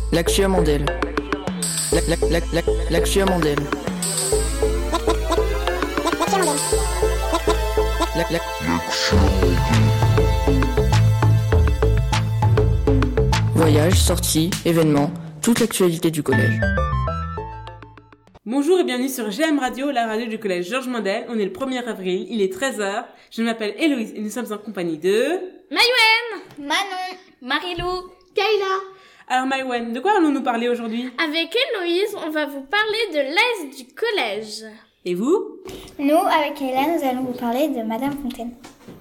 Lecture mondiale. Lecture mondiale. Voyage, sorties, événements, toute l'actualité du collège. Bonjour et bienvenue sur GM Radio, la radio du collège Georges Mandel. On est le 1er avril, il est 13h. Je m'appelle Héloïse et nous sommes en compagnie de... Maïwen, Manon, Marilou, Kayla. Alors Maïwen, de quoi allons-nous parler aujourd'hui? Avec Héloïse, on va vous parler de l'Aise du collège. Et vous? Nous, avec Kayla, nous allons vous parler de Madame Fontaine.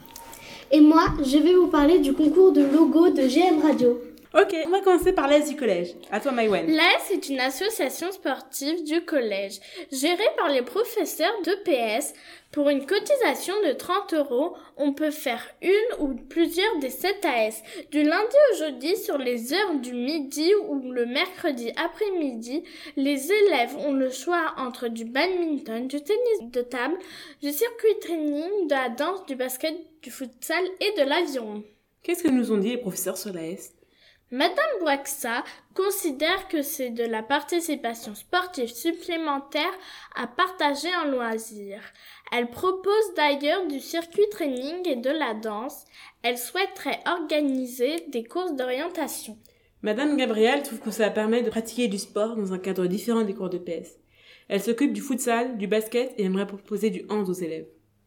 Et moi, je vais vous parler du concours de logo de GM Radio. Ok, on va commencer par l'AS du collège. À toi Maïwen. L'AS est une association sportive du collège, gérée par les professeurs d'EPS. Pour une cotisation de 30 €, on peut faire une ou plusieurs des 7 AS. Du lundi au jeudi sur les heures du midi ou le mercredi après-midi, les élèves ont le choix entre du badminton, du tennis de table, du circuit training, de la danse, du basket, du futsal et de l'aviron. Qu'est-ce que nous ont dit les professeurs sur l'AS? Madame Boaxa considère que c'est de la participation sportive supplémentaire à partager en loisir. Elle propose d'ailleurs du circuit training et de la danse. Elle souhaiterait organiser des courses d'orientation. Madame Gabrielle trouve que ça permet de pratiquer du sport dans un cadre différent des cours de PS. Elle s'occupe du futsal, du basket et aimerait proposer du hand aux élèves.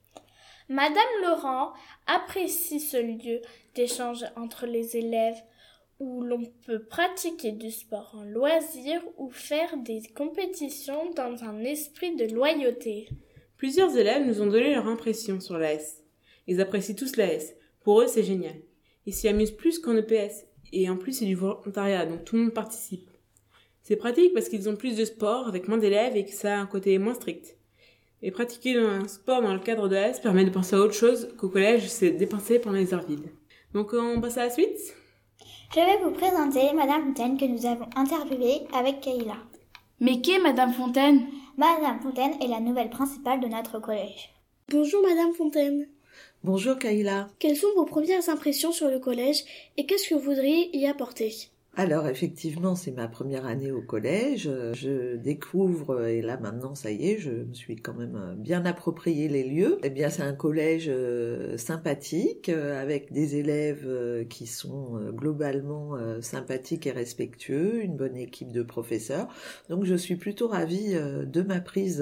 Madame Laurent apprécie ce lieu d'échange entre les élèves, où l'on peut pratiquer du sport en loisir ou faire des compétitions dans un esprit de loyauté. Plusieurs élèves nous ont donné leur impression sur l'AS. Ils apprécient tous l'AS. Pour eux, c'est génial. Ils s'y amusent plus qu'en EPS. Et en plus, c'est du volontariat, donc tout le monde participe. C'est pratique parce qu'ils ont plus de sport avec moins d'élèves et que ça a un côté moins strict. Et pratiquer un sport dans le cadre de l'AS permet de penser à autre chose qu'au collège, c'est dépenser pendant les heures vides. Donc on passe à la suite. Je vais vous présenter Madame Fontaine que nous avons interviewée avec Kayla. Mais qui est Madame Fontaine? Madame Fontaine est la nouvelle principale de notre collège. Bonjour Madame Fontaine. Bonjour Kayla. Quelles sont vos premières impressions sur le collège et qu'est-ce que vous voudriez y apporter? Alors effectivement, c'est ma première année au collège, je découvre, et là maintenant ça y est, je me suis quand même bien approprié les lieux. Eh bien c'est un collège sympathique, avec des élèves qui sont globalement sympathiques et respectueux, une bonne équipe de professeurs, donc je suis plutôt ravie de ma prise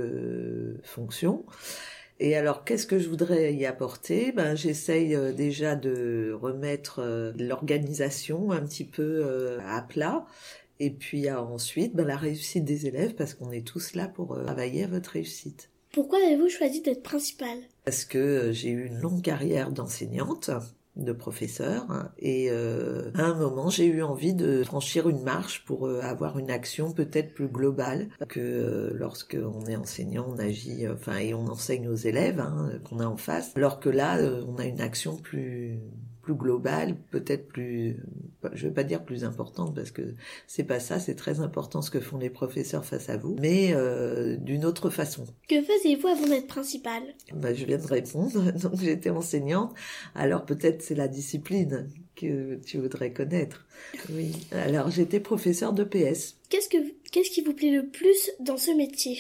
de fonction. Et alors, qu'est-ce que je voudrais y apporter? J'essaye déjà de remettre l'organisation un petit peu à plat. Et puis ensuite, la réussite des élèves, parce qu'on est tous là pour travailler à votre réussite. Pourquoi avez-vous choisi d'être principale? Parce que j'ai eu une longue carrière d'enseignante, de professeur, et à un moment j'ai eu envie de franchir une marche pour avoir une action peut-être plus globale que lorsque on est enseignant, on agit, et on enseigne aux élèves qu'on a en face, alors que là on a une action plus globale, peut-être plus, je vais pas dire plus importante parce que c'est pas ça, c'est très important ce que font les professeurs face à vous, mais d'une autre façon. Que faisiez-vous avant d'être principale? Je viens de répondre, donc j'étais enseignante, alors peut-être c'est la discipline que tu voudrais connaître. Oui, alors j'étais professeure de PS. Qu'est-ce qui vous plaît le plus dans ce métier?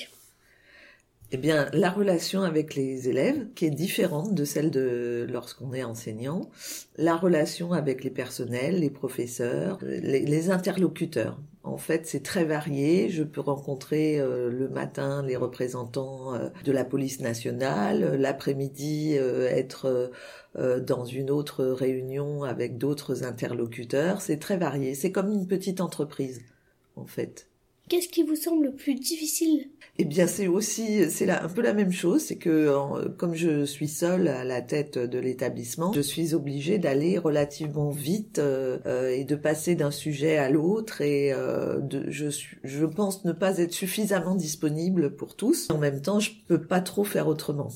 Eh bien, la relation avec les élèves, qui est différente de celle de lorsqu'on est enseignant, la relation avec les personnels, les professeurs, les interlocuteurs. En fait, c'est très varié. Je peux rencontrer le matin les représentants de la police nationale, l'après-midi être dans une autre réunion avec d'autres interlocuteurs. C'est très varié. C'est comme une petite entreprise, en fait. Qu'est-ce qui vous semble le plus difficile? Eh bien, c'est un peu la même chose, c'est que comme je suis seule à la tête de l'établissement, je suis obligée d'aller relativement vite et de passer d'un sujet à l'autre et je pense ne pas être suffisamment disponible pour tous. En même temps, je peux pas trop faire autrement.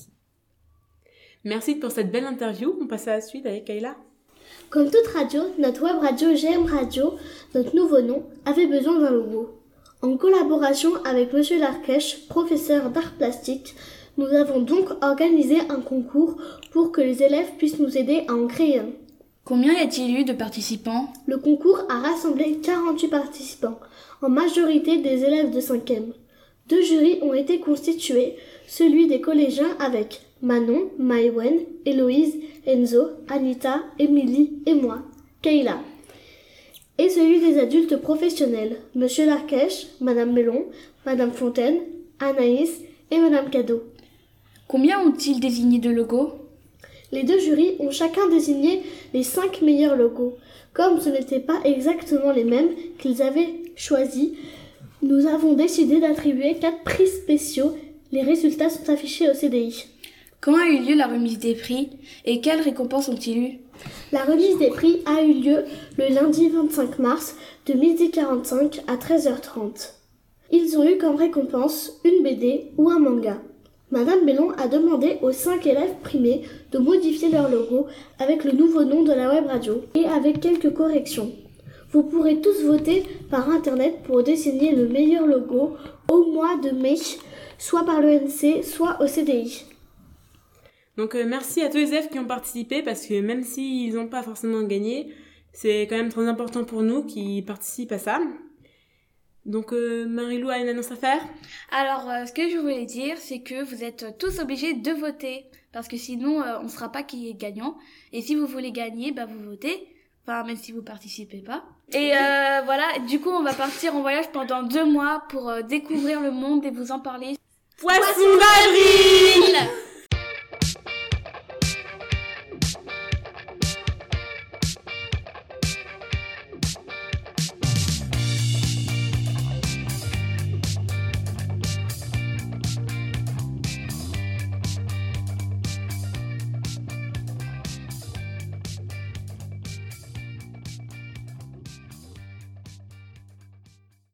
Merci pour cette belle interview. On passe à la suite avec Kayla. Comme toute radio, notre web radio GM Radio, notre nouveau nom, avait besoin d'un logo. En collaboration avec Monsieur Larkech, professeur d'art plastique, nous avons donc organisé un concours pour que les élèves puissent nous aider à en créer un. Combien y a-t-il eu de participants? Le concours a rassemblé 48 participants, en majorité des élèves de 5e. 2 jurys ont été constitués, celui des collégiens avec Manon, Maïwen, Héloïse, Enzo, Anita, Émilie et moi, Kayla. Et celui des adultes professionnels, Monsieur Larkèche, Madame Melon, Madame Fontaine, Anaïs et Madame Cadeau. Combien ont-ils désigné de logos? Les 2 jurys ont chacun désigné les 5 meilleurs logos. Comme ce n'étaient pas exactement les mêmes qu'ils avaient choisis, nous avons décidé d'attribuer 4 prix spéciaux. Les résultats sont affichés au CDI. Quand a eu lieu la remise des prix et quelles récompenses ont-ils eu? La remise des prix a eu lieu le lundi 25 mars de 12h45 à 13h30. Ils ont eu comme récompense une BD ou un manga. Madame Bellon a demandé aux 5 élèves primés de modifier leur logo avec le nouveau nom de la web radio et avec quelques corrections. Vous pourrez tous voter par internet pour dessiner le meilleur logo au mois de mai, soit par l'ENC, soit au CDI. Donc merci à tous les élèves qui ont participé parce que même s'ils n'ont pas forcément gagné, c'est quand même très important pour nous qui participent à ça. Donc Marie-Lou a une annonce à faire. Alors, ce que je voulais dire, c'est que vous êtes tous obligés de voter. Parce que sinon, on ne saura pas qui est gagnant. Et si vous voulez gagner, vous votez. Enfin, même si vous participez pas. Et voilà, du coup, on va partir en voyage pendant 2 mois pour découvrir le monde et vous en parler. Poisson d'avril!